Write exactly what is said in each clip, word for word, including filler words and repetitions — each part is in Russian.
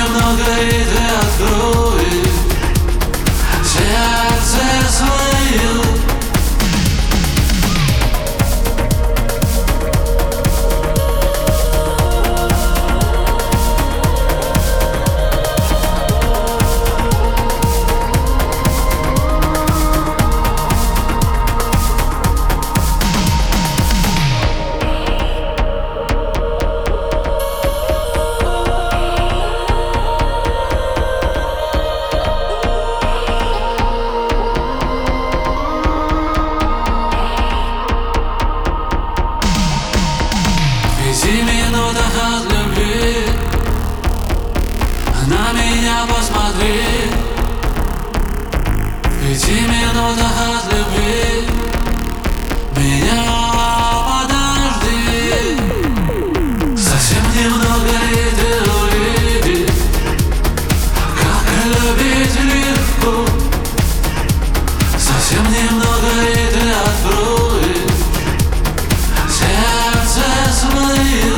немного, и ты откроешь сердце свое. Пяти минутах от любви на меня посмотри. В пяти минутах от любви меня подожди. Совсем немного, и ты увидишь, как любить легко. Совсем немного, и ты откроешь сердце свое.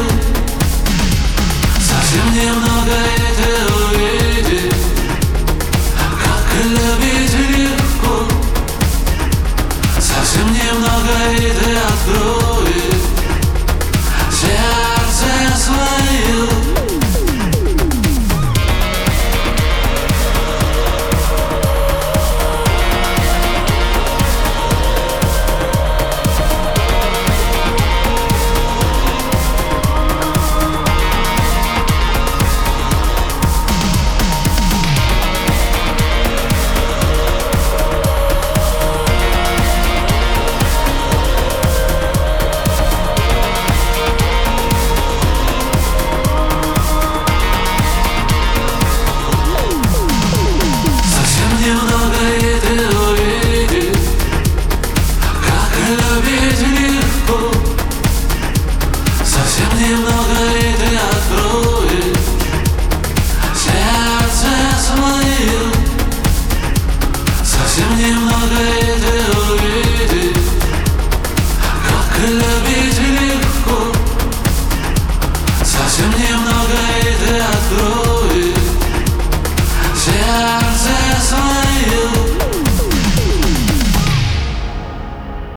Совсем немного, и ты увидишь, как любить легко. Совсем немного, и ты откроешь сердце свое. Немного, и ты увидишь, как любить легко. Совсем немного.